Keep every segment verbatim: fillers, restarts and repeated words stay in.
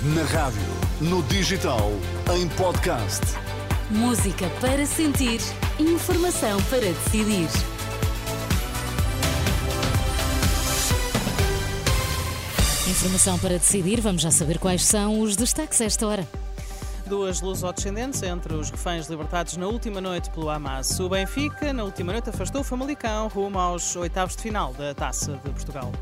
Na rádio, no digital, em podcast. Música para sentir, informação para decidir. Informação para decidir, vamos já saber quais são os destaques a esta hora. Duas lusodescendentes entre os reféns libertados na última noite pelo Hamas. O Benfica, na última noite, afastou o Famalicão rumo aos oitavos de final da Taça de Portugal.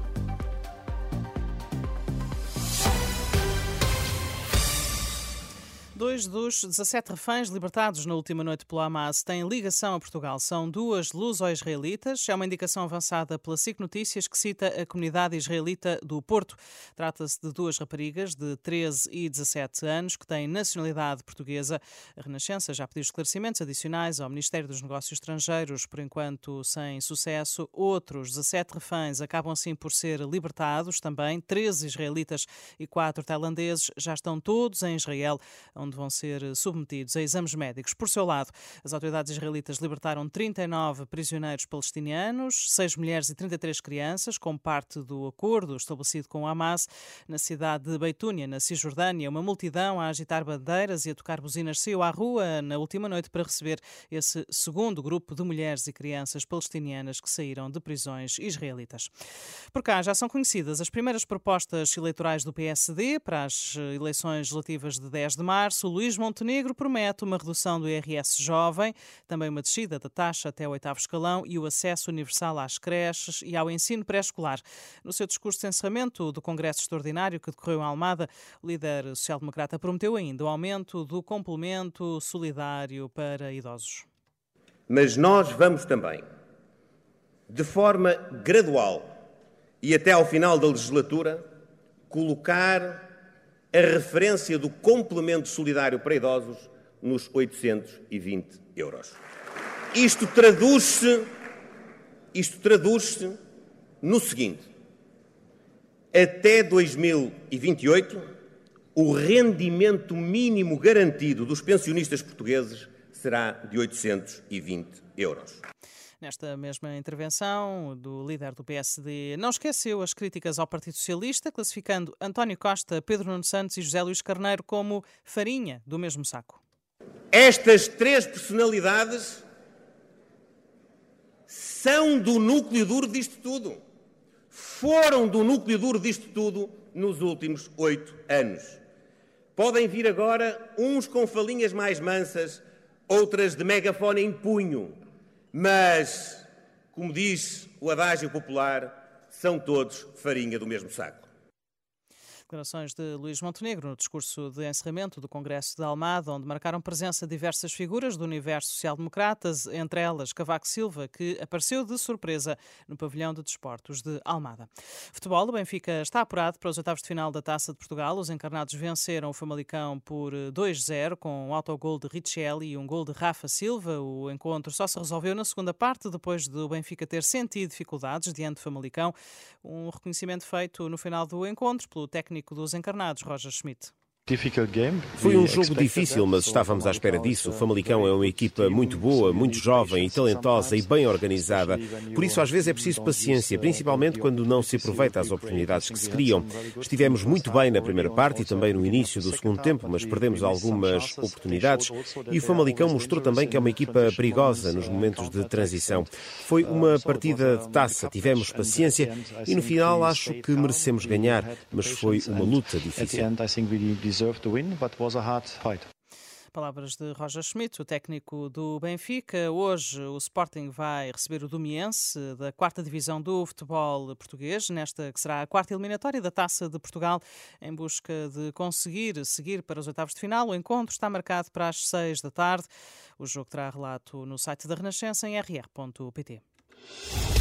Dois dos dezassete reféns libertados na última noite pelo Hamas têm ligação a Portugal. São duas luso-israelitas. É uma indicação avançada pela S I C Notícias que cita a comunidade israelita do Porto. Trata-se de duas raparigas de treze e dezassete anos que têm nacionalidade portuguesa. A Renascença já pediu esclarecimentos adicionais ao Ministério dos Negócios Estrangeiros, por enquanto sem sucesso. Outros dezassete reféns acabam assim por ser libertados também. treze israelitas e quatro tailandeses já estão todos em Israel, onde vão ser submetidos a exames médicos. Por seu lado, as autoridades israelitas libertaram trinta e nove prisioneiros palestinianos, seis mulheres e trinta e três crianças, como parte do acordo estabelecido com o Hamas. Na cidade de Beitúnia, na Cisjordânia, uma multidão a agitar bandeiras e a tocar buzinas saiu à rua na última noite para receber esse segundo grupo de mulheres e crianças palestinianas que saíram de prisões israelitas. Por cá já são conhecidas as primeiras propostas eleitorais do P S D para as eleições legislativas de dez de março. O Luís Montenegro promete uma redução do I R S jovem, também uma descida da taxa até o oitavo escalão e o acesso universal às creches e ao ensino pré-escolar. No seu discurso de encerramento do Congresso Extraordinário que decorreu em Almada, o líder social-democrata prometeu ainda o aumento do complemento solidário para idosos. Mas nós vamos também, de forma gradual e até ao final da legislatura, colocar a referência do complemento solidário para idosos nos oitocentos e vinte euros. Isto traduz-se, isto traduz-se no seguinte: até dois mil e vinte e oito, o rendimento mínimo garantido dos pensionistas portugueses será de oitocentos e vinte euros. Nesta mesma intervenção, do líder do P S D não esqueceu as críticas ao Partido Socialista, classificando António Costa, Pedro Nuno Santos e José Luís Carneiro como farinha do mesmo saco. Estas três personalidades são do núcleo duro disto tudo. Foram do núcleo duro disto tudo nos últimos oito anos. Podem vir agora uns com falinhas mais mansas, outras de megafone em punho. Mas, como diz o adágio popular, são todos farinha do mesmo saco. Declarações de Luís Montenegro no discurso de encerramento do Congresso de Almada, onde marcaram presença diversas figuras do universo social-democratas, entre elas Cavaco Silva, que apareceu de surpresa no pavilhão de desportos de Almada. Futebol, o Benfica está apurado para os oitavos de final da Taça de Portugal. Os encarnados venceram o Famalicão por dois a zero, com um autogol de Richelli e um gol de Rafa Silva. O encontro só se resolveu na segunda parte, depois do Benfica ter sentido dificuldades diante do Famalicão. Um reconhecimento feito no final do encontro pelo técnico dos encarnados, Roger Schmidt. Foi um jogo difícil, mas estávamos à espera disso. O Famalicão é uma equipa muito boa, muito jovem e talentosa e bem organizada. Por isso, às vezes, é preciso paciência, principalmente quando não se aproveita as oportunidades que se criam. Estivemos muito bem na primeira parte e também no início do segundo tempo, mas perdemos algumas oportunidades e o Famalicão mostrou também que é uma equipa perigosa nos momentos de transição. Foi uma partida de taça, tivemos paciência e no final acho que merecemos ganhar, mas foi uma luta difícil. Palavras de Roger Schmidt, o técnico do Benfica. Hoje o Sporting vai receber o Domiense da quarta divisão do futebol português, nesta que será a quarta eliminatória da Taça de Portugal, em busca de conseguir seguir para os oitavos de final. O encontro está marcado para as seis da tarde. O jogo terá relato no site da Renascença em r r ponto p t.